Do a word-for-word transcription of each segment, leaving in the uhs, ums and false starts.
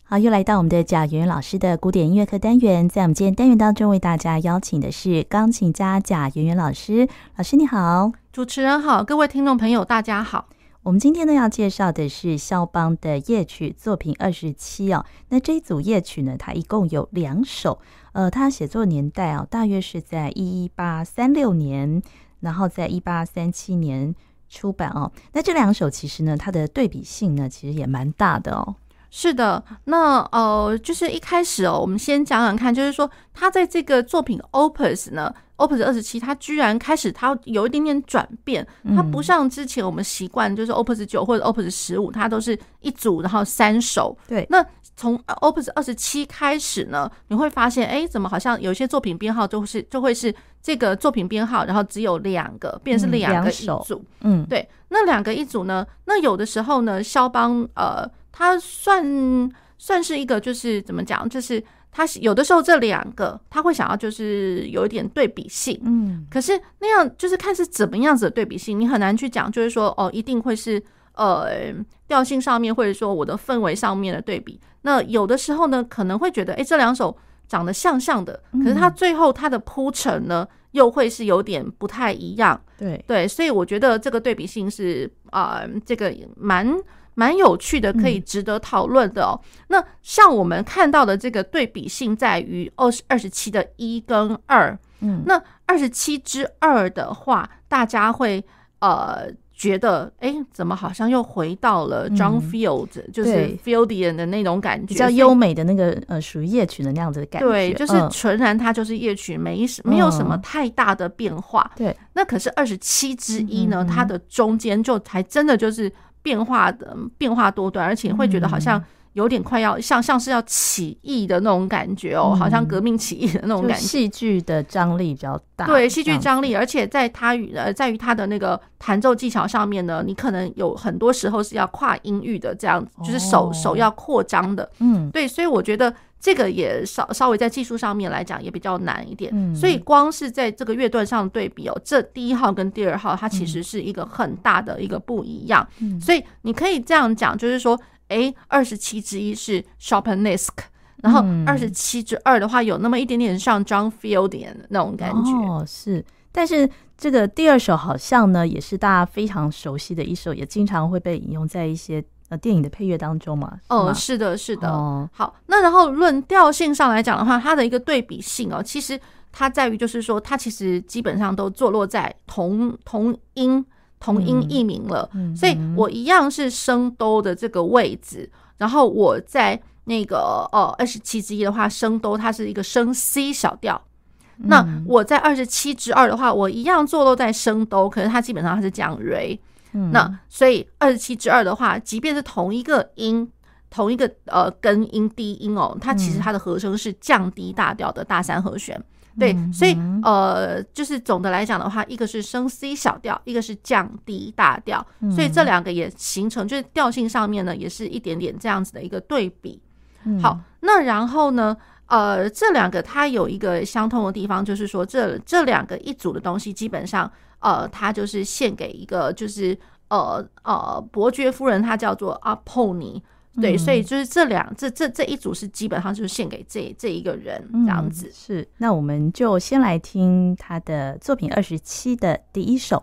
好，又来到我们的贾圆圆老师的古典音乐课单元，在我们今天单元当中，为大家邀请的是钢琴家贾圆圆老师。老师你好。 主持人好，各位听众朋友大家好。 我们今天呢要介绍的是肖邦的夜曲作品二十七哦。那这一组夜曲呢，它一共有两首，呃，它写作年代啊、哦，大约是在一八三六年，然后在一八三七年出版哦。那这两首其实呢，它的对比性呢，其实也蛮大的哦。 是的，那呃，就是一开始哦，我们先讲讲看，就是说他在这个作品 Opus 呢 ，Opus 二十七，他居然开始他有一点点转变，他不像之前我们习惯就是 Opus 九或者 Opus 十五，它都是一组然后三首。 对， 那从 Opus 二十七开始呢，你会发现，哎，怎么好像有些作品编号就是就会是这个作品编号，然后只有两个，变成是两个一组。 嗯， 对，那两个一组呢，那有的时候呢，肖邦呃。它算算是一个，就是怎么讲，就是他有的时候这两个他会想要就是有一点对比性， 嗯， 可是那样就是看是怎么样子的对比性，你很难去讲，就是说哦，一定会是呃调性上面或者说我的氛围上面的对比。那有的时候呢，可能会觉得，哎，这两首长得像像的，可是它最后它的铺陈呢，又会是有点不太一样。 对对，所以我觉得这个对比性是啊、呃，这个蛮。蛮有趣的，可以值得讨论的哦。嗯、那像我们看到的这个对比性在于二十七的一跟二，嗯，那二十七之二的话，大家会呃觉得，哎，怎么好像又回到了 John Field，、嗯、就是 Fieldian 的那种感觉， 比较优美的那个呃属于夜曲的那样子的感觉。 对，就是纯然它就是夜曲，没没有什么太大的变化。 对、嗯， 那可是二十七之一呢，它的中间就还真的就是。变化的变化多端，而且会觉得好像有点快要像像是要起义的那种感觉哦，嗯、好像革命起义的那种感觉。 戏剧的张力比较大， 对，戏剧张力，而且在他与呃，在于他的那个弹奏技巧上面呢，你可能有很多时候是要跨音域的，这样就是手、哦、手要扩张的。嗯，对，所以我觉得。这个也稍稍微在技术上面来讲也比较难一点，嗯、所以光是在这个乐段上的对比哦，这第一号跟第二号它其实是一个很大的一个不一样，嗯、所以你可以这样讲，就是说，哎，二十七之一是 Chopinesque， 然后二十七之二的话有那么一点点像 John Fieldian 那种感觉， 哦，是，但是这个第二首好像呢也是大家非常熟悉的一首，也经常会被引用在一些。呃，电影的配乐当中嘛， 哦，是的，是的。哦、好，那然后论调性上来讲的话，它的一个对比性哦，其实它在于就是说，它其实基本上都坐落在同同音同音异名了，嗯、所以我一样是升兜的这个位置，然后我在那个呃二十七之一的话，升兜它是一个升 C 小调。那我在二十七之二的话，我一样坐落在升兜，可是它基本上它是降瑞。那所以二十七之二的话，即便是同一个音，同一个呃根音低音哦，它其实它的和声是降低大调的大三和弦。嗯、对，所以呃，就是总的来讲的话，一个是升 C 小调，一个是降低大调，嗯、所以这两个也形成就是调性上面呢，也是一点点这样子的一个对比。嗯、好，那然后呢？呃，这两个它有一个相通的地方，就是说这这两个一组的东西，基本上呃，它就是献给一个就是呃呃伯爵夫人，她叫做阿珀尼，对，嗯、所以就是这两这这这一组是基本上就是献给这这一个人这样子。 嗯、是，那我们就先来听他的作品二十七的第一首。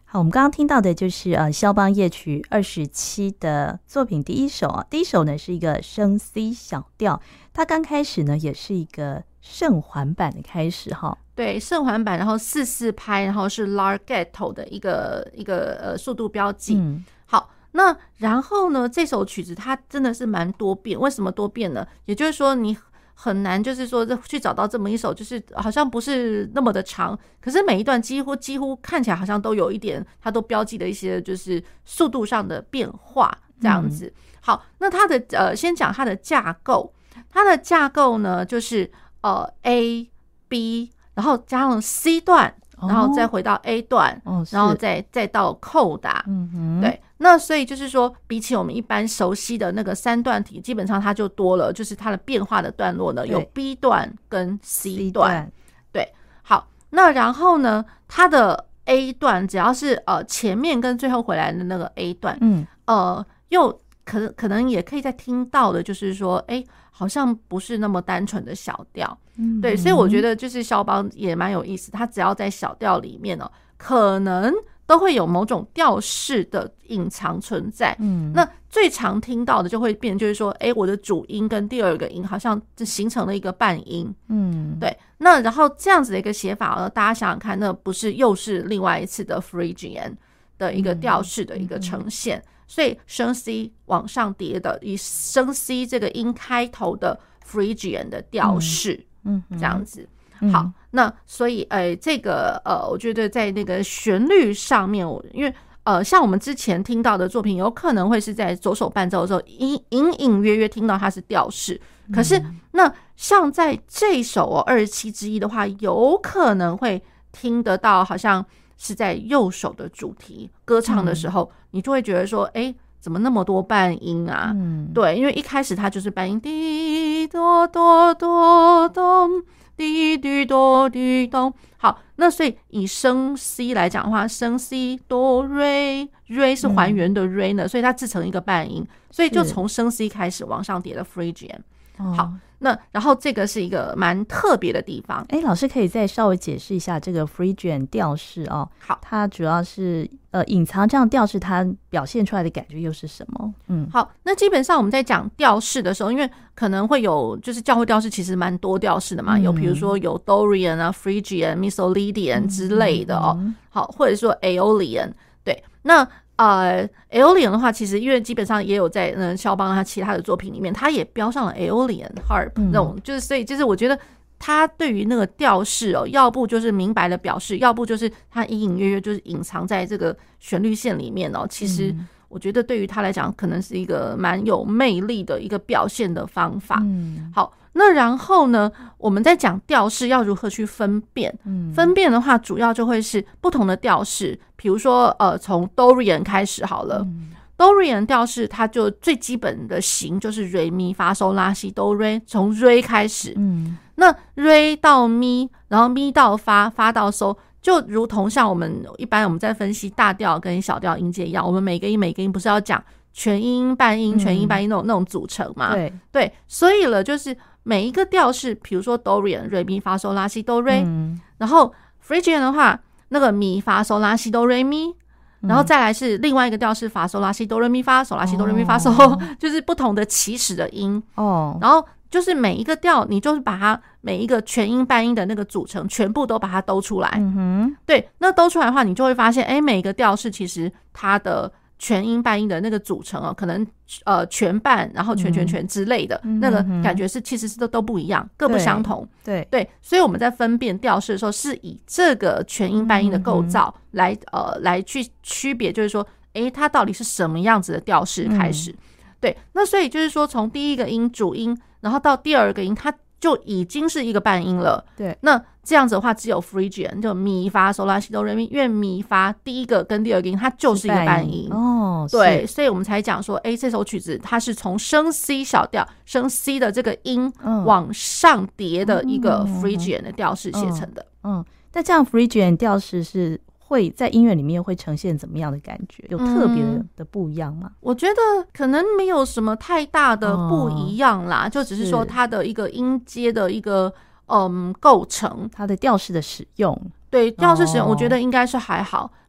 好，我们刚刚听到的就是呃肖邦夜曲二十七的作品第一首啊，第一首呢是一个升 C 小调，它刚开始呢也是一个圣环版的开始哈。 对，圣环版，然后四四拍，然后是 larghetto 的一个一个呃速度标记。嗯，好，那然后呢，这首曲子它真的是蛮多变，为什么多变呢？也就是说你很难就是说去找到这么一首就是好像不是那么的长，可是每一段几乎几乎看起来好像都有一点它都标记了一些就是速度上的变化这样子。嗯、好，那它的呃先讲它的架构，它的架构呢就是呃 A B 然后加上 C 段，然后再回到 A 段，哦、然后再再到扣打。嗯哼，对。那所以就是说，比起我们一般熟悉的那个三段体，基本上它就多了，就是它的变化的段落呢，有 B 段跟 C 段。对，好，那然后呢，它的 A 段只要是呃前面跟最后回来的那个 A 段，嗯，呃，又可能可能也可以再听到的，就是说，哎，好像不是那么单纯的小调。嗯，对，所以我觉得就是肖邦也蛮有意思，他只要在小调里面哦，可能都会有某种调式的隐藏存在。嗯，那最常听到的就会变，就是说，哎，我的主音跟第二个音好像就形成了一个半音。嗯，对。那然后这样子的一个写法呢，大家想想看，那不是又是另外一次的 Phrygian 的一个调式的一个呈现？嗯嗯、所以升 C 往上叠的，以升 C 这个音开头的 Phrygian 的调式，嗯，这样子。好，那所以呃，这个呃，我觉得在那个旋律上面，因为呃，像我们之前听到的作品，有可能会是在左手伴奏的时候，隐隐隐约约听到它是调式，可是那像在这首哦二十七之一的话，有可能会听得到，好像是在右手的主题歌唱的时候，嗯、你就会觉得说，哎，怎么那么多半音啊？嗯，对，因为一开始它就是半音，滴哆哆哆咚。滴滴哆滴咚，好，那所以以升 C 来讲的话，升 C 哆瑞瑞是还原的瑞呢，嗯、所以它制成一个半音，所以就从升 C 开始往上叠的 Phrygian。好，那然后这个是一个蛮特别的地方。 哎，老师可以再稍微解释一下这个 Phrygian 调式哦。 好， 它主要是呃隐藏这样调式，它表现出来的感觉又是什么？嗯， 好，那基本上我们在讲调式的时候，因为可能会有就是教会调式其实蛮多调式的嘛，嗯、有比如说有 Dorian 啊、Phrygian、Missolidian 之类的哦。嗯、好，或者说 Aeolian， 对，那。呃 Aeolian 的话，其实因为基本上也有在嗯肖邦他其他的作品里面，他也标上了 Aeolian harp、嗯、那种，就是所以就是我觉得他对于那个调式哦，要不就是明白的表示，要不就是他隐隐约约就是隐藏在这个旋律线里面哦。其实我觉得对于他来讲，可能是一个蛮有魅力的一个表现的方法。嗯，好。那然后呢，我们在讲调式要如何去分辨？嗯，分辨的话，主要就会是不同的调式，比如说呃，从 Dorian 开始好了。嗯、Dorian 调式它就最基本的型就是 Re Mi Fa Sol La Si Do Re， 从 Re 开始。嗯，那 Re 到 Mi， 然后 Mi 到 Fa， Fa 到 So， 就如同像我们一般我们在分析大调跟小调音阶一样，我们每个音每个音不是要讲全音半音、全音半音那种、嗯、那种组成嘛？对对，所以了就是。每一个调式，比如说 Dorian 瑞咪发嗦拉西哆瑞，嗯、然后 Phrygian 的话，那个咪发嗦拉西哆瑞咪，然后再来是另外一个调式发嗦拉西哆瑞咪发嗦拉西哆瑞咪发嗦，哦、就是不同的起始的音哦。然后就是每一个调，你就是把它每一个全音半音的那个组成，全部都把它兜出来。嗯哼，对，那兜出来的话，你就会发现，哎，每一个调式其实它的。全音半音的那个组成哦，可能呃全半，然后全全全之类的，嗯、那个感觉是其实是都都不一样，各不相同。 对对, 对，所以我们在分辨调式的时候，是以这个全音半音的构造来、嗯、呃来去区别，就是说，哎，它到底是什么样子的调式开始？嗯、对，那所以就是说，从第一个音主音，然后到第二个音，它就已经是一个半音了。 对， 那这样子的话，只有 Phrygian 就咪发嗦拉西哆瑞咪，因为咪发第一个跟第二个音它就是一个半音哦。 对，所以我们才讲说，哎，这首曲子它是从升 C 小调、升 C 的这个音往上叠的一个 Phrygian 的调式写成的。 嗯，那、嗯、这样 Phrygian 调式是会在音乐里面会呈现怎么样的感觉？有特别的不一样吗？ 嗯、我觉得可能没有什么太大的不一样啦，哦、就只是说它的一个音阶的一个。嗯，构成它的调式的使用， 对调式使用，我觉得应该是还好。哦、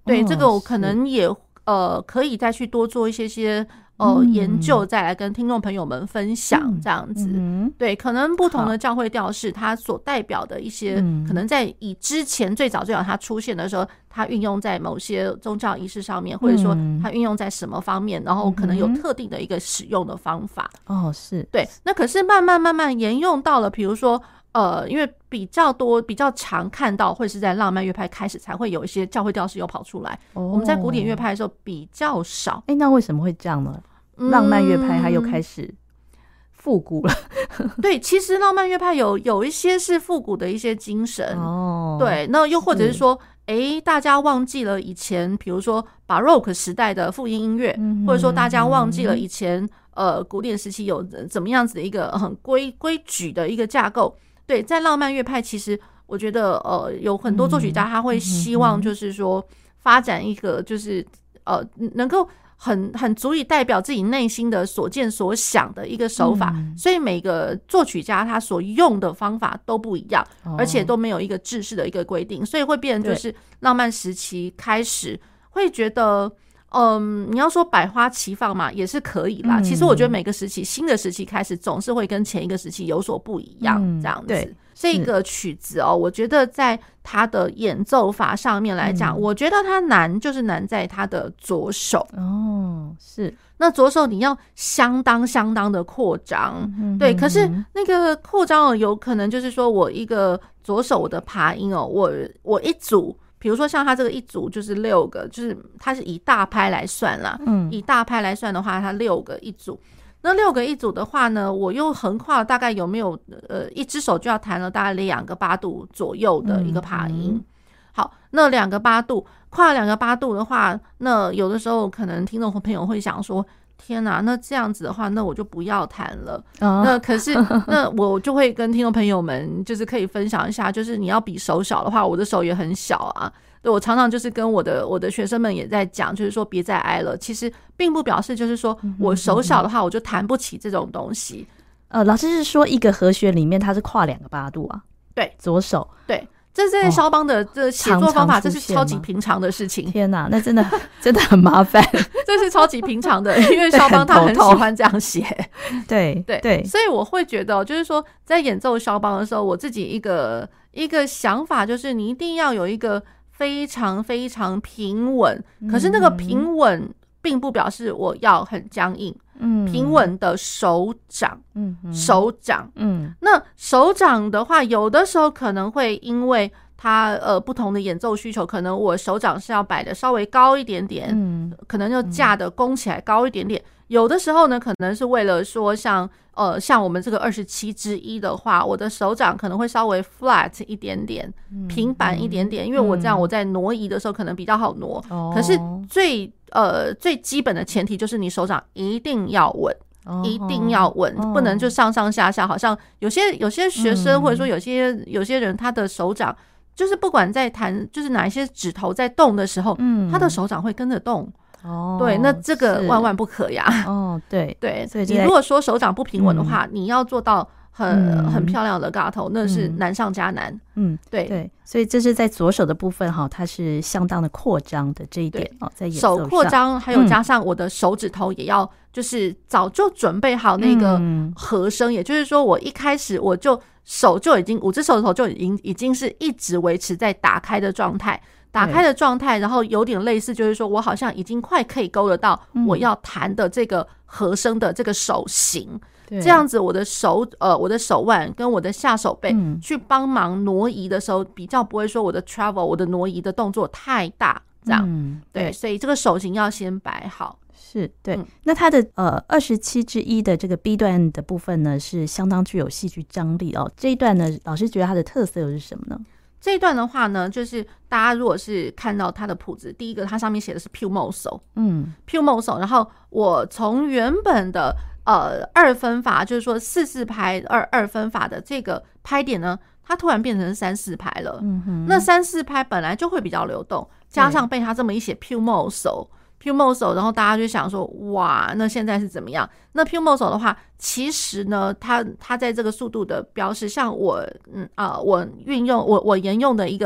对、 哦、 这个我可能也呃可以再去多做一些些呃、嗯、研究，再来跟听众朋友们分享这样子、嗯、对，可能不同的教会调式它所代表的一些、嗯、可能在以之前最早最早它出现的时候，它运用在某些宗教仪式上面，或者说它运用在什么方面、嗯、然后可能有特定的一个使用的方法。 哦，是对，那可是慢慢慢慢沿用到了比如说呃，因为比较多比较常看到会是在浪漫乐派开始才会有一些教会调式又跑出来、哦、我们在古典乐派的时候比较少。 哎，那为什么会这样呢？浪漫乐派它又开始复古了、 嗯、对，其实浪漫乐派有有一些是复古的一些精神哦，对，那又或者是说哎，大家忘记了以前比如说 Baroque 时代的复音音乐、嗯、或者说大家忘记了以前呃古典时期有怎么样子的一个很规规矩的一个架构。对，在浪漫乐派其实我觉得呃有很多作曲家他会希望就是说发展一个就是呃能够很很足以代表自己内心的所见所想的一个手法、嗯、所以每个作曲家他所用的方法都不一样、哦、而且都没有一个制式的一个规定，所以会变成就是浪漫时期开始会觉得嗯，你要说百花齐放嘛也是可以啦、嗯、其实我觉得每个时期新的时期开始总是会跟前一个时期有所不一样、嗯、这样子。对，这个曲子哦，我觉得在它的演奏法上面来讲、嗯、我觉得它难就是难在它的左手哦，是那左手你要相当相当的扩张、嗯、对，可是那个扩张哦有可能就是说我一个左手我的爬音哦，我我一组比如说像它这个一组就是六个，就是它是以大拍来算啦，嗯，以大拍来算的话它六个一组，那六个一组的话呢，我又横跨了大概有没有呃一只手就要弹了大概两个八度左右的一个爬音、嗯、好，那两个八度跨两个八度的话，那有的时候可能听众朋友会想说天哪，那这样子的话那我就不要弹了、哦、那可是那我就会跟听众朋友们就是可以分享一下，就是你要比手小的话我的手也很小啊，对，我常常就是跟我的我的学生们也在讲，就是说别再挨了，其实并不表示就是说我手小的话我就弹不起这种东西。 呃，老师是说一个和弦里面它是跨两个八度啊？ 对， 左手， 对，这在肖邦的这写作方法、哦、这是超级平常的事情。 天哪，那真的真的很麻烦这是超级平常的，因为肖邦他很喜欢这样写对对对， 所以我会觉得就是说在演奏肖邦的时候，我自己一个一个想法就是你一定要有一个非常非常平稳，可是那个平稳并不表示我要很僵硬，嗯，平稳的手掌，嗯，手掌，嗯，那手掌的话，有的时候可能会因为它呃不同的演奏需求，可能我手掌是要摆的稍微高一点点，嗯，可能就架的弓起来高一点点。有的时候呢，可能是为了说像呃像我们这个二十七之一的话，我的手掌可能会稍微 flat 一点点，平板一点点，因为我这样我在挪移的时候可能比较好挪。嗯、可是最呃最基本的前提就是你手掌一定要稳。一定要稳，哦、不能就上上下下，好像有些有些学生、嗯、或者说有些有些人，他的手掌就是不管在弹，就是哪一些指头在动的时候，嗯，他的手掌会跟着动。哦，对，那这个万万不可呀。 哦，对对，所以你如果说手掌不平稳的话，嗯、你要做到很、嗯、很漂亮的嘎头，那是难上加难。嗯，对对，所以这是在左手的部分哈，它是相当的扩张的这一点哦，在演奏上手扩张，还有加上我的手指头也要就是早就准备好那个和声，嗯、也就是说我一开始我就手就已经五只手指头就已经已经是一直维持在打开的状态。打开的状态，然后有点类似，就是说我好像已经快可以勾得到我要弹的这个和声的这个手型，嗯、这样子我的手呃我的手腕跟我的下手背去帮忙挪移的时候，比较不会说我的 travel 我的挪移的动作太大，这样，嗯、对, 对，所以这个手型要先摆好。 是对，嗯、那它的呃二十七之一的这个 B 段的部分呢，是相当具有戏剧张力哦。这一段呢，老师觉得它的特色又是什么呢？ 这一段的话呢，就是大家如果是看到它的谱子，第一个它上面写的是 più mosso， 嗯 più mosso， 然后我从原本的呃二分法，就是说四四拍二二分法的这个拍点呢，它突然变成三四拍了。嗯哼，那三四拍本来就会比较流动，加上被它这么一写 più mosso。più mosso， 然后大家就想说，哇，那现在是怎么样？那 più mosso 的话，其实呢，它它在这个速度的标示，像我嗯啊、呃，我运用我我沿用的一个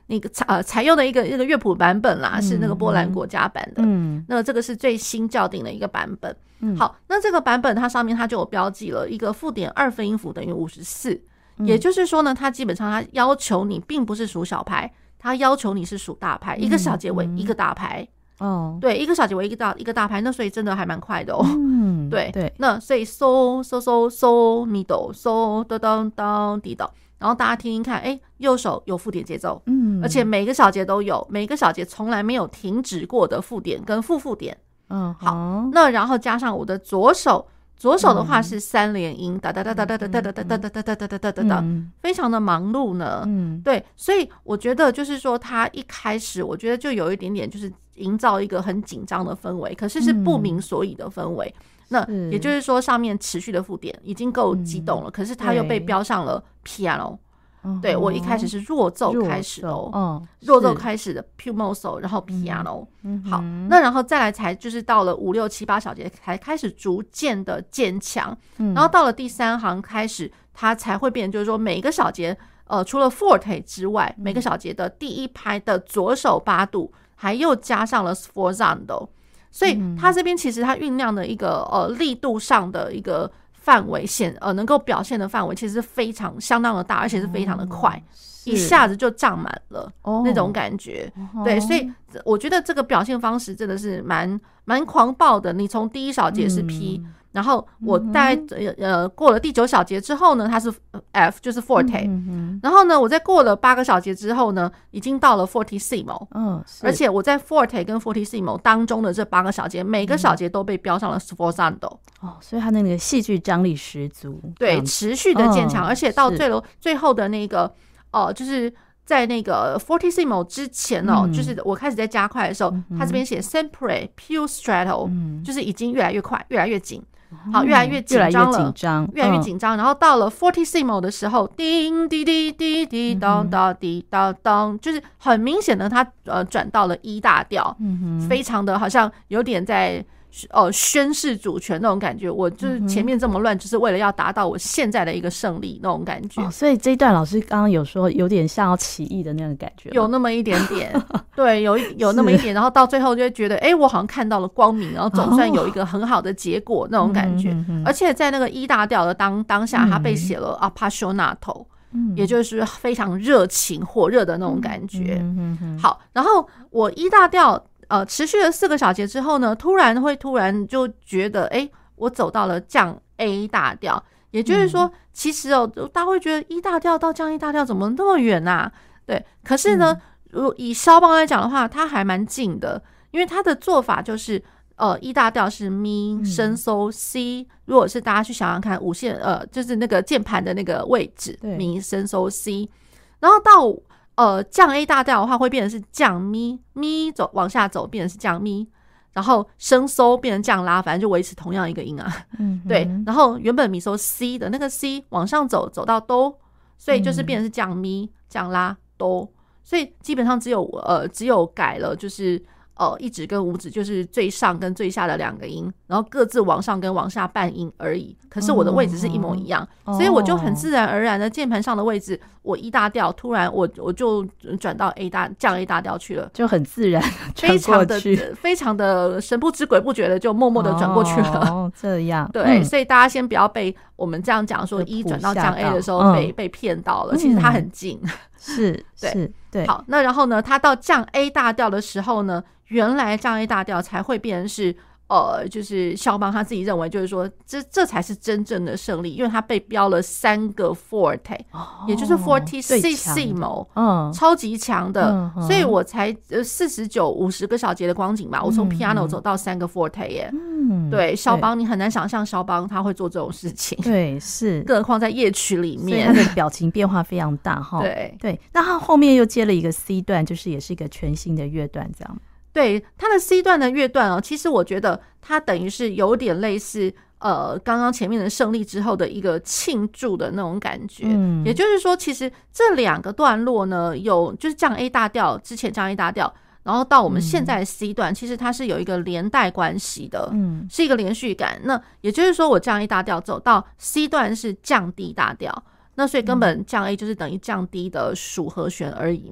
那个呃采用的一个一个乐谱版本啦，嗯、是那个波兰国家版的。嗯，那这个是最新校订的一个版本。嗯，好，那这个版本它上面它就有标记了一个附点二分音符等于五十四，也就是说呢，它基本上它要求你并不是数小拍，它要求你是数大拍，嗯、一个小节为一个大拍。哦，对，一个小节为一个大一个大拍，那所以真的还蛮快的哦。嗯，对对，那所以嗦嗦嗦嗦咪哆嗦哆哆哆滴哆，然后大家听听看，哎，右手有附点节奏，嗯，而且每个小节都有，每个小节从来没有停止过的附点跟副附点。嗯，好，那然后加上我的左手。左手的话是三连音，哒哒哒哒哒哒哒哒哒哒哒哒哒哒哒哒哒，非常的忙碌呢。嗯，对，所以我觉得就是说，他一开始我觉得就有一点点就是营造一个很紧张的氛围，可是是不明所以的氛围。那也就是说，上面持续的附点已经够激动了，可是它又被标上了 piano。对，我一开始是弱奏开始哦，嗯，弱奏开始的 piano， 然后 piano，嗯，好，那然后再来才就是到了五六七八小节才开始逐渐的渐强，嗯，然后到了第三行开始，它才会变成就是说每一个小节，呃，除了 forte 之外，每个小节的第一拍的左手八度，还又加上了 sforzando， 所以它这边其实它酝酿的一个呃力度上的一个。范围显呃能够表现的范围其实是非常相当的大，而且是非常的快，哦、一下子就胀满了、哦、那种感觉。哦、对，所以我觉得这个表现方式真的是蛮蛮狂暴的。你从第一小节是 P，、嗯、然后我大概、嗯、呃过了第九小节之后呢，它是 F， 就是 forte，、嗯、然后呢，我在过了八个小节之后呢，已经到了 fortissimo， 嗯，而且我在 forte 跟 fortissimo 当中的这八个小节，每个小节都被标上了 sforzando。 哦，所以它那个戏剧张力十足， 对，持续的渐强、嗯，而且到最后最后的那个，哦、呃，就是在那个 fortissimo 之前哦、嗯，就是我开始在加快的时候，嗯、它这边写 sempre più stretto，、嗯、就是已经越来越快，越来越紧，好，越来越紧张了， 越来越紧张， 越来越紧张、嗯。然后到了 fortissimo 的时候，叮滴滴滴滴当当滴当当，就是很明显的它呃转到了E大调，嗯、非常的好像有点在。呃，宣示主权那种感觉，我就是前面这么乱，就是为了要达到我现在的一个胜利那种感觉。 哦，所以这一段老师刚刚有说有点像要起义的那种感觉， 有那么一点点，对，有有那么一点，然后到最后就会觉得，哎、欸，我好像看到了光明，然后总算有一个很好的结果、哦、那种感觉。而且在那个E大调的当当下，它被写了 appassionato。嗯、也就是非常热情火热的那种感觉、嗯嗯嗯、好，然后我E大调呃持续了四个小节之后呢，突然会突然就觉得哎，我走到了降 A 大调，也就是说、嗯、其实哦大家会觉得E大调到降 A 大调怎么那么远啊，对，可是呢、嗯、如果以肖邦来讲的话，它还蛮近的，因为它的做法就是呃，E 大调是咪升嗦 C，、嗯、如果是大家去想想看，五线呃，就是那个键盘的那个位置，咪升嗦 C， 然后到呃降 A 大调的话，会变成是降咪咪走往下走，变成是降咪，然后升嗦变成降拉，反正就维持同样一个音啊，嗯，对，然后原本咪嗦 C 的那个 C 往上走走到哆，所以就是变成是降咪降拉哆，所以基本上只有呃只有改了就是。呃，一指跟五指就是最上跟最下的两个音，然后各自往上跟往下半音而已。可是我的位置是一模一样，哦、所以我就很自然而然的键盘上的位置，我E大调突然我我就转到 A 大降 A 大调去了， 就很自然， 非常的非常的神不知鬼不觉的就默默的转过去了。 哦，这样对、嗯，所以大家先不要被我们这样讲说E转到降 A 的时候被、嗯、被骗到了，其实它很近。嗯是， 对是，对。 好，那然后呢，它到降 A 大调的时候呢，原来降 A 大调才会变成是，呃，就是肖邦他自己认为，就是说，这这才是真正的胜利，因为他被标了三个 forte，、哦、也就是 fortissimo， 嗯，超级强的，嗯、所以我才呃四十九五十个小节的光景吧，我从 piano 走到三个 forte 耶。嗯，对，肖邦你很难想象肖邦他会做这种事情， 对，是， 更何况在夜曲里面， 他的表情变化非常大哈。 对对， 那他后面又接了一个 C 段，就是也是一个全新的乐段，这样。 对，他的 C 段的乐段哦，其实我觉得它等于是有点类似呃刚刚前面的胜利之后的一个庆祝的那种感觉。嗯，也就是说，其实这两个段落呢，有就是降 A 大调之前降 A 大调。然后到我们现在的 C 段、嗯、其实它是有一个连带关系的，嗯，是一个连续感。那也就是说我降 A 大调走到 C 段是降 D 大调，那所以根本降 A 就是等于降 D 的属和弦而已嘛。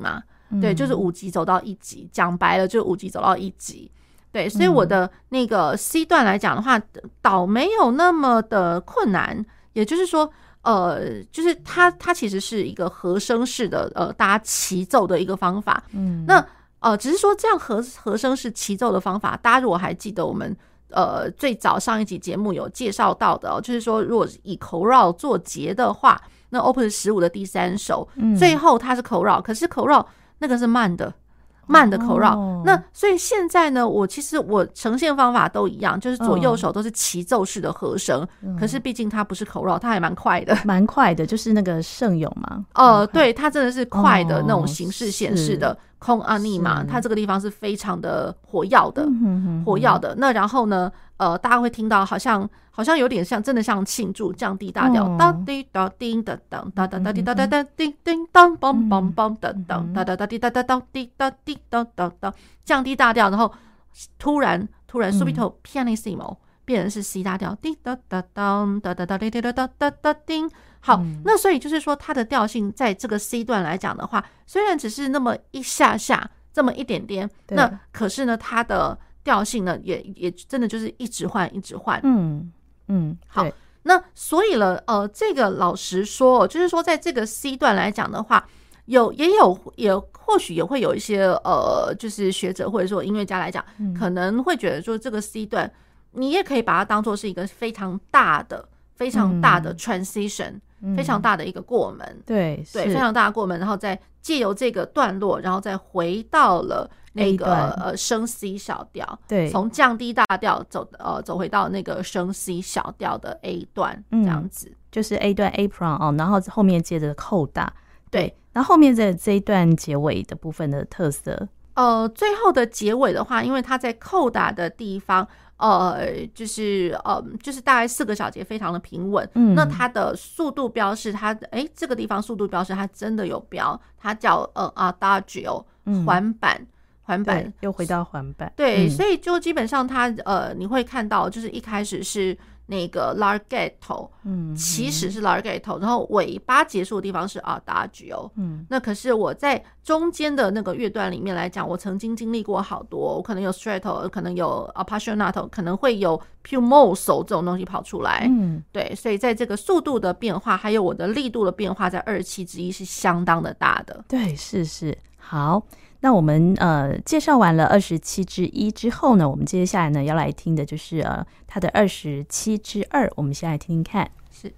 嗯、对，就是五级走到一级，讲白了就五级走到一级。对，所以我的那个 C 段来讲的话，导没有那么的困难，也就是说，呃，就是它它其实是一个和声式的，呃，大家齐奏的一个方法。嗯，那呃，只是说这样和和声式齐奏的方法，大家如果还记得我们呃最早上一集节目有介绍到的、哦，就是说如果以口绕做结的话，那 Opus 十五的第三首、嗯，最后它是口绕，可是口绕那个是慢的。慢的口绕、哦、那所以现在呢，我其实我呈现方法都一样，就是左右手都是齐奏式的和声、嗯、可是毕竟它不是口绕，它还蛮快的， 蛮快的，就是那个圣咏嘛。 呃，对，它真的是快的那种形式显示的空阿尼嘛，它这个地方是非常的活跃的，嗯、活跃的。那然后呢，呃，大家会听到好像好像有点像，真的像庆祝降 D 大调，哒滴哒叮哒当哒哒哒滴哒哒哒叮叮当梆梆梆哒当哒哒哒滴哒哒当滴哒滴哒哒哒，降 D 大调，然后突然突然 subito pianissimo 变成是 C 大调，滴哒哒当哒哒哒滴哒哒哒哒叮。好，那所以就是说，它的调性在这个 C 段来讲的话，虽然只是那么一下下，这么一点点，那可是呢，它的调性呢，也也真的就是一直换，一直换。 嗯嗯， 好，那所以了，呃，这个老实说，就是说，在这个 C 段来讲的话，有也有也或许也会有一些呃，就是学者或者说音乐家来讲、嗯，可能会觉得说，这个 C 段你也可以把它当作是一个非常大的、非常大的 transition。嗯非常大的一个过门， 嗯、对对，非常大的过门，然后再借由这个段落，然后再回到了那个呃升 C 小调， 对， 从降 D 大调走呃走回到那个升 C 小调的 A 段，这样子、嗯、 就是 A 段 A prong 哦，然后后面接着扣大， 对， 对然后后面这这一段结尾的部分的特色， 呃，最后的结尾的话，因为它在扣打的地方。呃，就是呃，就是大概四个小节，非常的平稳。嗯，那它的速度标示，它哎，这个地方速度标示它真的有标，它叫呃 adagio 缓板，缓板又回到缓板。 对、嗯，所以就基本上它呃，你会看到，就是一开始是那个 larghetto， 嗯，起始是 larghetto， 然后尾巴结束的地方是 adagio。嗯，那可是我在中间的那个乐段里面来讲，我曾经经历过好多，我可能有 stretto， 可能有 appassionato， 可能会有 più mosso 这种东西跑出来。嗯，对，所以在这个速度的变化，还有我的力度的变化，在二七之一是相当的大的。 对，是是，好。那我们呃介绍完了二十七之一之后呢，我们接下来呢要来听的就是呃它的二十七之二，我们先来听听看。 是。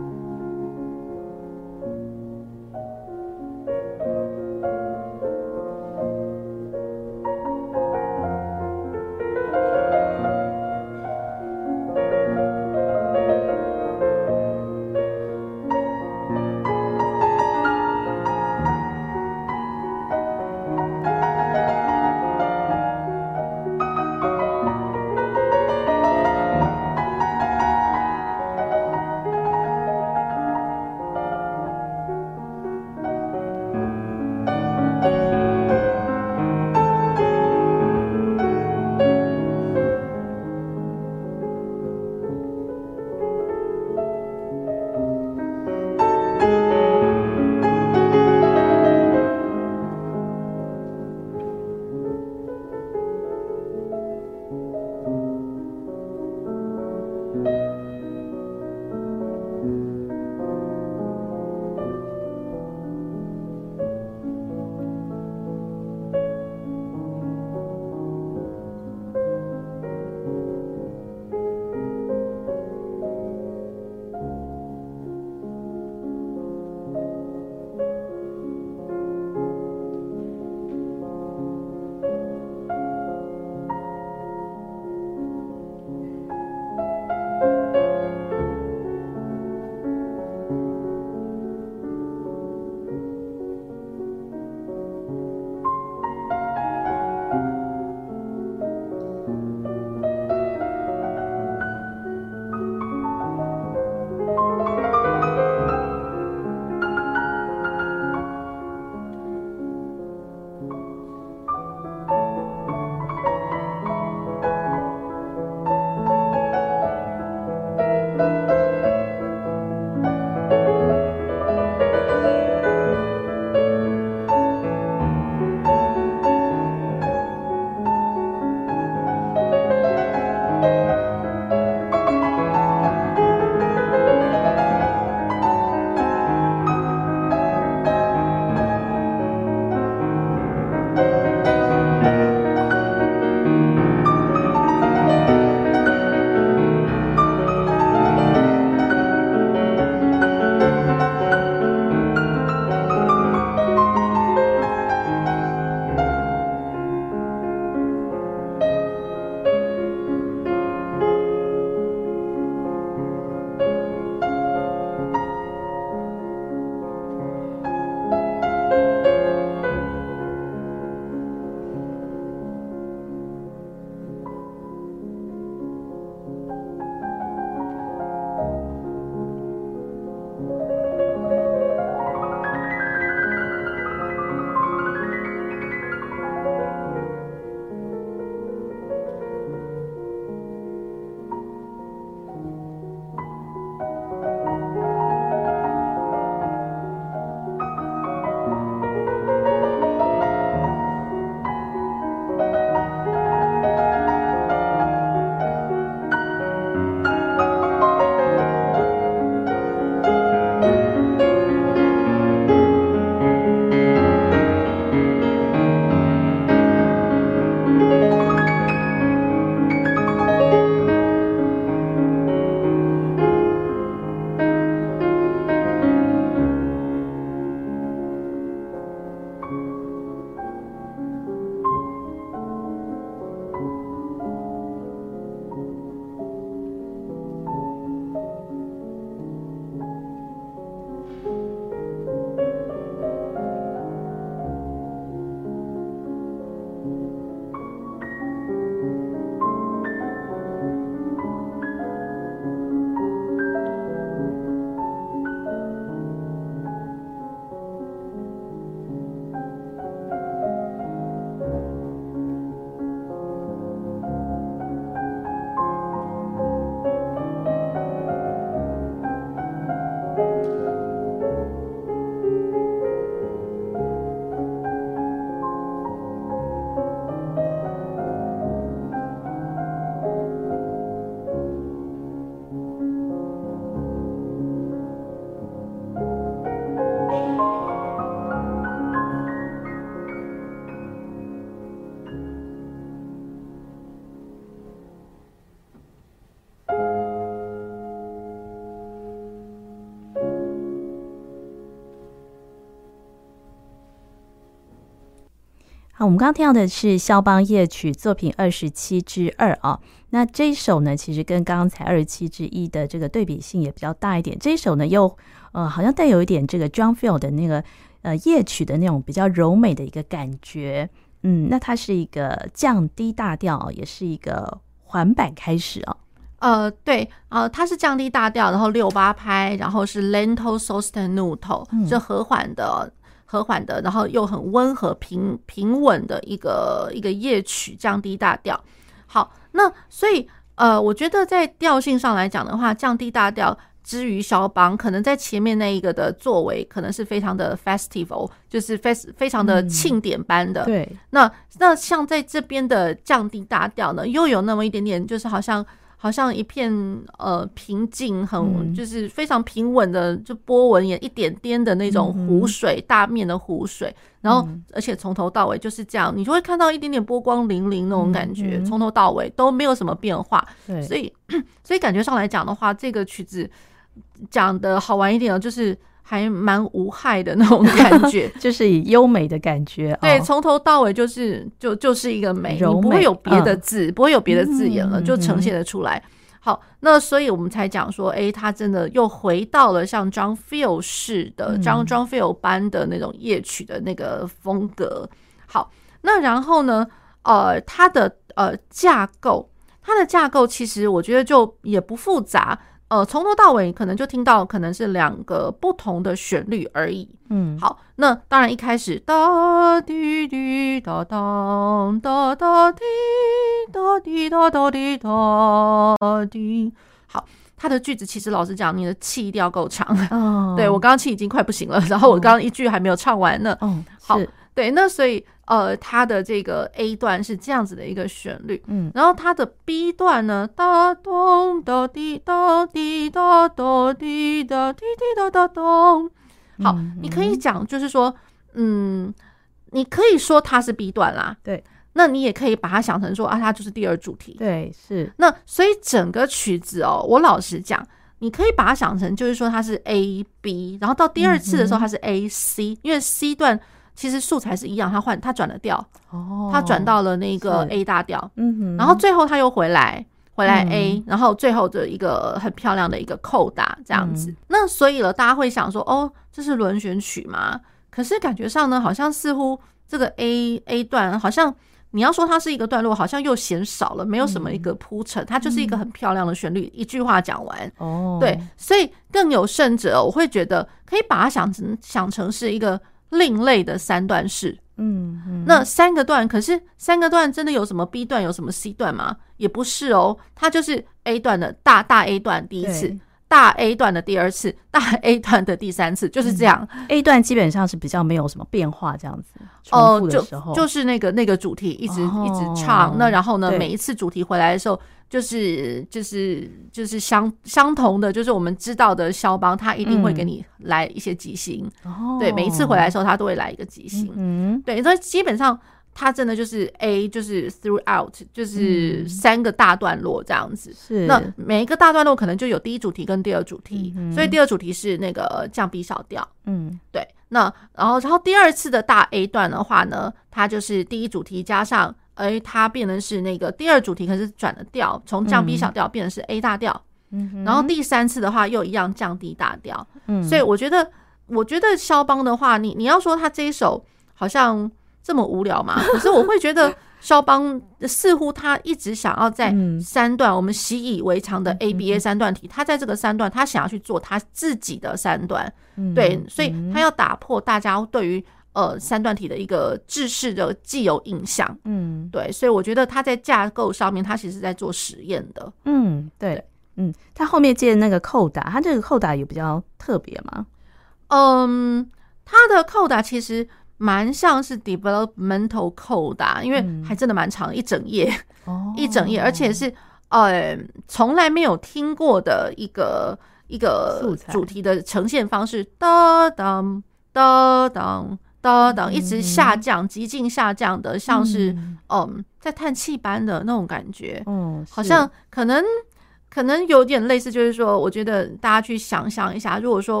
好，我们刚刚听到的是肖邦夜曲作品二十七之二啊。那这一首呢，其实跟刚才二十七之一的这个对比性也比较大一点。这一首呢，又呃好像带有一点这个 John Field 的那个呃夜曲的那种比较柔美的一个感觉。嗯，那它是一个降低大调，也是一个缓板开始哦。 呃，对，呃，它是降低大调，然后六八拍，然后是 lento sostenuto，嗯，是和缓的。和缓的，然后又很温和平平稳的一个一个夜曲，降低大调。好，那所以呃，我觉得在调性上来讲的话，降低大调之于肖邦，可能在前面那一个的作为，可能是非常的 festival， 就是非非常的庆典般的。 嗯、对， 那那像在这边的降低大调呢，又有那么一点点，就是好像。好像一片呃平静，很就是非常平稳的，就波纹也一点点的那种湖水，嗯、大面的湖水，然后而且从头到尾就是这样，你就会看到一点点波光粼粼那种感觉，从、嗯、头到尾都没有什么变化。对，所以所以感觉上来讲的话，这个曲子讲的好玩一点，就是还蛮无害的那种感觉， 就是以优美的感觉。 对，从、哦、头到尾就是就就是一个美，你不会有别的字，嗯、不会有别的字眼了，嗯、就呈现得出来。好，那所以我们才讲说，哎，他真的又回到了像 John Field 式的、嗯、John John Field 般的那种夜曲的那个风格。好，那然后呢，呃，它的呃架构，它的架构其实我觉得就也不复杂。呃，从头到尾可能就听到可能是两个不同的旋律而已。嗯，好，那当然一开始哒滴滴哒当哒哒滴哒滴哒哒滴哒滴。好，他的句子其实老实讲，你的气一定要够长。哦，对，我刚刚气已经快不行了，然后我刚刚一句还没有唱完呢。嗯，好，对，那所以呃，它的这个 A 段是这样子的一个旋律，嗯，然后它的 B 段呢，哒咚哒滴哒滴哒哒滴哒滴滴哒哒咚。好，嗯、你可以讲就是说，嗯，你可以说它是 B 段啦， 对， 那你也可以把它想成说啊，它就是第二主题， 对，是。 那所以整个曲子哦，我老实讲，你可以把它想成就是说它是 A B， 然后到第二次的时候它是 A C，、嗯、因为 C 段。其实素材是一样，他换他转了调，哦，他转到了那个 A 大调，嗯哼，然后最后他又回来回来 A，、嗯、然后最后的一个很漂亮的一个扣打这样子。嗯、那所以了，大家会想说，哦，这是轮旋曲吗？可是感觉上呢，好像似乎这个 A A 段好像你要说它是一个段落，好像又嫌少了，没有什么一个铺陈，嗯、它就是一个很漂亮的旋律，嗯、一句话讲完。哦，对，所以更有甚者，我会觉得可以把它想成想成是一个。另类的三段式，嗯嗯，那三个段，可是三个段真的有什么 B 段，有什么 C 段吗？也不是哦，它就是 A 段的大大 A 段第一次，大 A 段的第二次，大 A 段的第三次，就是这样。 嗯、A 段基本上是比较没有什么变化，这样子。哦，重复的时候就就是那个那个主题一直、哦、一直唱，那然后呢，每一次主题回来的时候。就是就是就是相相同的，就是我们知道的肖邦，他一定会给你来一些即兴，嗯、对，每一次回来的时候，他都会来一个即兴，嗯，对，所以基本上他真的就是 A， 就是 throughout， 就是三个大段落这样子。是、嗯，那每一个大段落可能就有第一主题跟第二主题，嗯、所以第二主题是那个降 B 小调，嗯，对，那然后然后第二次的大 A 段的话呢，它就是第一主题加上。而它变成是那个第二主题，可是转了调，从降 B 小调变成是 A 大调，嗯，然后第三次的话又一样降低大调，嗯，所以我觉得，我觉得肖邦的话，你你要说他这一首好像这么无聊嘛，可是我会觉得肖邦似乎他一直想要在三段、嗯、我们习以为常的 A B A 三段体，他在这个三段他想要去做他自己的三段，嗯、对，所以他要打破大家对于。呃，三段体的一个制式的既有印象，嗯，对，所以我觉得他在架构上面，他其实是在做实验的， 嗯，对，对嗯，他后面接的那个扣打，他这个扣打有比较特别吗？ 嗯，他的扣打其实蛮像是 developmental 扣打，因为还真的蛮长，一整页，哦，一整页，而且是呃从来没有听过的一个一个主题的呈现方式，哒当哒当。哒当一直下降，极尽下降的，像是 嗯, 嗯在叹气般的那种感觉，嗯，好像可能可能有点类似，就是说，我觉得大家去想象一下，如果说我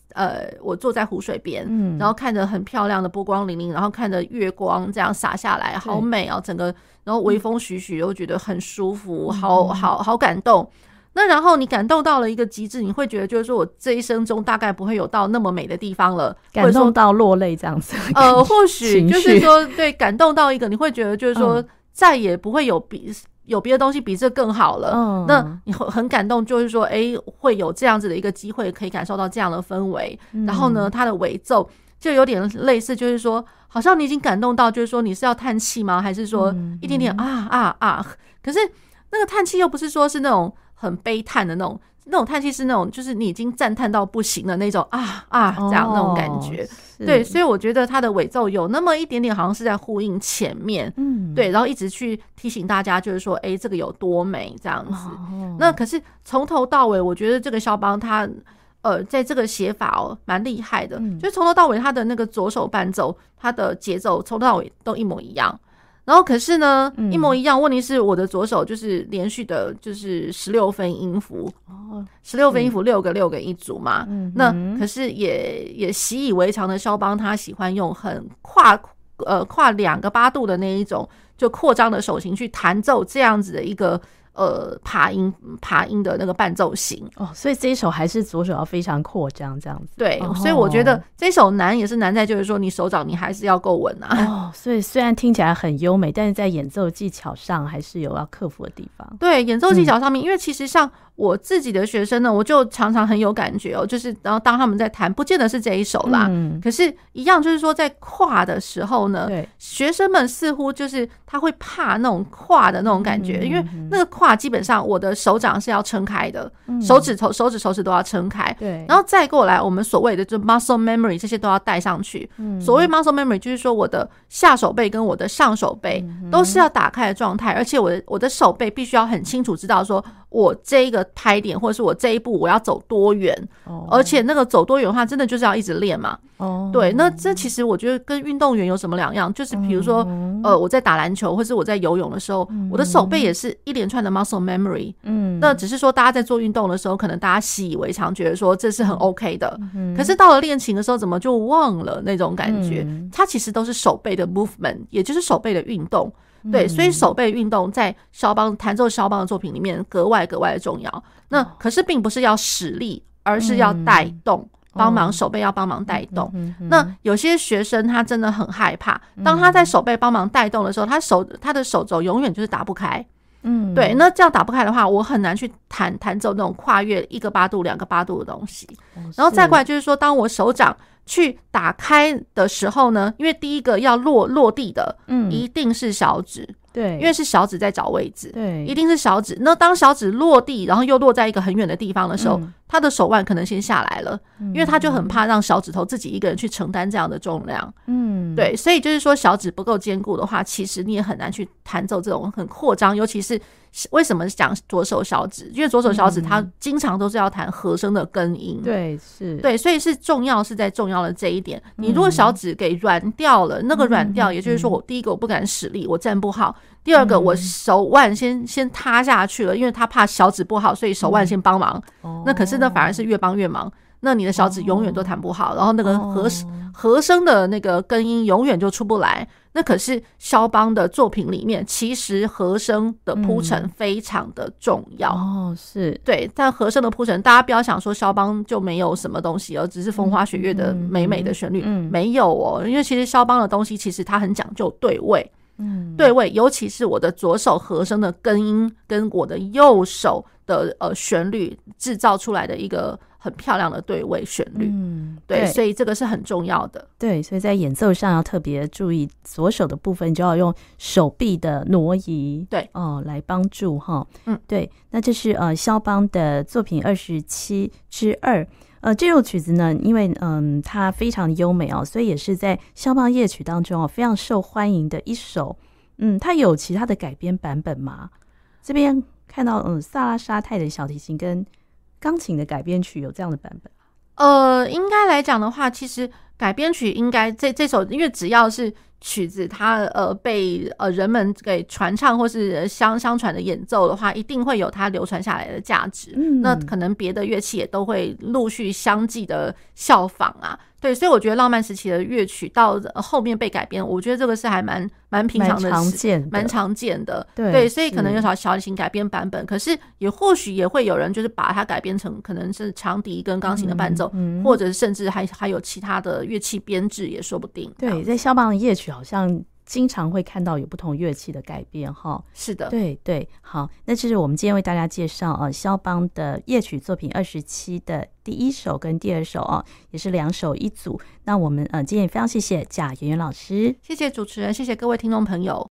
呃，我坐在湖水边， 嗯， 然后看着很漂亮的波光粼粼，然后看着月光这样洒下来，好美啊！整个，然后微风徐徐，我觉得很舒服， 嗯、 好好好感动。那然后你感动到了一个极致，你会觉得就是说我这一生中大概不会有到那么美的地方了， 感动到落泪这样子。 呃，或许就是说，对，感动到一个你会觉得就是说，嗯、再也不会有比。有别的东西比这更好了，嗯、那你很感动，就是说，哎、欸，会有这样子的一个机会，可以感受到这样的氛围。嗯、然后呢，它的尾奏就有点类似，就是说，好像你已经感动到，就是说你是要叹气吗？还是说一点点啊啊啊？可是那个叹气又不是说是那种很悲叹的那种。那种叹气是那种，就是你已经赞叹到不行的那种啊啊，这样、哦、那种感觉。对，所以我觉得它的尾奏有那么一点点，好像是在呼应前面，嗯，对，然后一直去提醒大家，就是说，哎、欸，这个有多美这样子。哦、那可是从头到尾，我觉得这个肖邦他呃，在这个写法哦，蛮厉害的，嗯、就是从头到尾他的那个左手伴奏，他的节奏从头到尾都一模一样。然后可是呢，嗯、一模一样。问题是我的左手就是连续的，就是十六分音符，哦，十六分音符六个六个一组嘛。嗯、那可是也也习以为常的肖邦，他喜欢用很跨呃跨两个八度的那一种，就扩张的手型去弹奏这样子的一个呃爬音爬音的那个伴奏型。 哦，所以这一首还是左手要非常扩张这样子。 对， 哦、 所以我觉得这一首难也是难在就是说你手掌你还是要够稳啊。 哦，所以虽然听起来很优美，但是在演奏技巧上还是有要克服的地方。 对，演奏技巧上面，嗯、因为其实像我自己的学生呢，我就常常很有感觉哦，就是然后当他们在弹，不见得是这一首啦，嗯、可是一样就是说在跨的时候呢，对，学生们似乎就是他会怕那种跨的那种感觉，嗯、因为那个跨基本上我的手掌是要撑开的，嗯、手指头、手指、手指都要撑开，对，然后再过来我们所谓的就 muscle memory 这些都要带上去。嗯、所谓 muscle memory 就是说我的下手背跟我的上手背都是要打开的状态，而且我的我的手背必须要很清楚知道说我这一个拍点或者是我这一步我要走多远，哦、而且那个走多远的话真的就是要一直练嘛。哦，对，那这其实我觉得跟运动员有什么两样，就是比如说、嗯、呃我在打篮球或是我在游泳的时候、嗯、我的手背也是一连串的 muscle memory。嗯，那只是说大家在做运动的时候可能大家习以为常，觉得说这是很 OK 的，嗯、可是到了练琴的时候怎么就忘了那种感觉，嗯、它其实都是手背的 movement， 也就是手背的运动。对，所以手背运动在肖邦弹奏肖邦的作品里面格外格外的重要。那可是并不是要使力，而是要带动，帮忙手背要帮忙带动。那有些学生他真的很害怕，当他在手背帮忙带动的时候，他手他的手肘永远就是打不开。嗯，对，那这样打不开的话，我很难去弹弹奏那种跨越一个八度、两个八度的东西。然后再过来就是说，当我手掌去打开的时候呢，因为第一个要落落地的，嗯，一定是小指，对，因为是小指在找位置，对，一定是小指。那当小指落地，然后又落在一个很远的地方的时候，嗯、他的手腕可能先下来了，嗯、因为他就很怕让小指头自己一个人去承担这样的重量，嗯，对，所以就是说小指不够坚固的话，其实你也很难去弹奏这种很扩张，尤其是为什么讲左手小指？因为左手小指它经常都是要弹和声的根音，嗯、对，是，对，所以是重要是在重要的这一点。你如果小指给软掉了，嗯、那个软掉，也就是说我第一个我不敢使力，我站不好。第二个，我手腕先先塌下去了，因为他怕小指不好，所以手腕先帮忙。嗯、那可是呢，反而是越帮越忙。那你的小指永远都弹不好，然后那个和和声的那个根音永远就出不来。那可是肖邦的作品里面，其实和声的铺陈非常的重要。哦，是对，但和声的铺陈，大家不要想说肖邦就没有什么东西，而只是风花雪月的美美的旋律，嗯嗯、没有哦，因为其实肖邦的东西其实它很讲究对位。嗯，对位，尤其是我的左手和声的根音跟我的右手的呃旋律制造出来的一个很漂亮的对位旋律。嗯，对，对，所以这个是很重要的。 对，所以在演奏上要特别注意，左手的部分就要用手臂的挪移，对哦来帮助哈。嗯，对，那这是呃肖邦的作品二十七之二。呃，这首曲子呢，因为嗯它非常优美哦，所以也是在肖邦夜曲当中哦非常受欢迎的一首。嗯，它有其他的改编版本吗？这边看到嗯萨拉沙泰的小提琴跟钢琴的改编曲有这样的版本。 呃，应该来讲的话，其实改编曲应该这这首，因为只要是曲子它呃被呃人们给传唱或是相相传的演奏的话，一定会有它流传下来的价值。嗯，那可能别的乐器也都会陆续相继的效仿啊。对，所以我觉得浪漫时期的乐曲到后面被改编，我觉得这个是还蛮蛮平常的事， 蛮常见的， 蛮常见的。 对， 对，所以可能有小小型改编版本，可是也或许也会有人就是把它改编成可能是长笛跟钢琴的伴奏，嗯嗯、或者甚至还还有其他的乐器编制也说不定。 对，在肖邦的夜曲好像经常会看到有不同乐器的改编哈。 是的， 对对，好，那这是我们今天为大家介绍呃肖邦的夜曲作品二十七的第一首跟第二首哦，也是两首一组。那我们呃今天也非常谢谢贾圆圆老师， 谢谢主持人，谢谢各位听众朋友。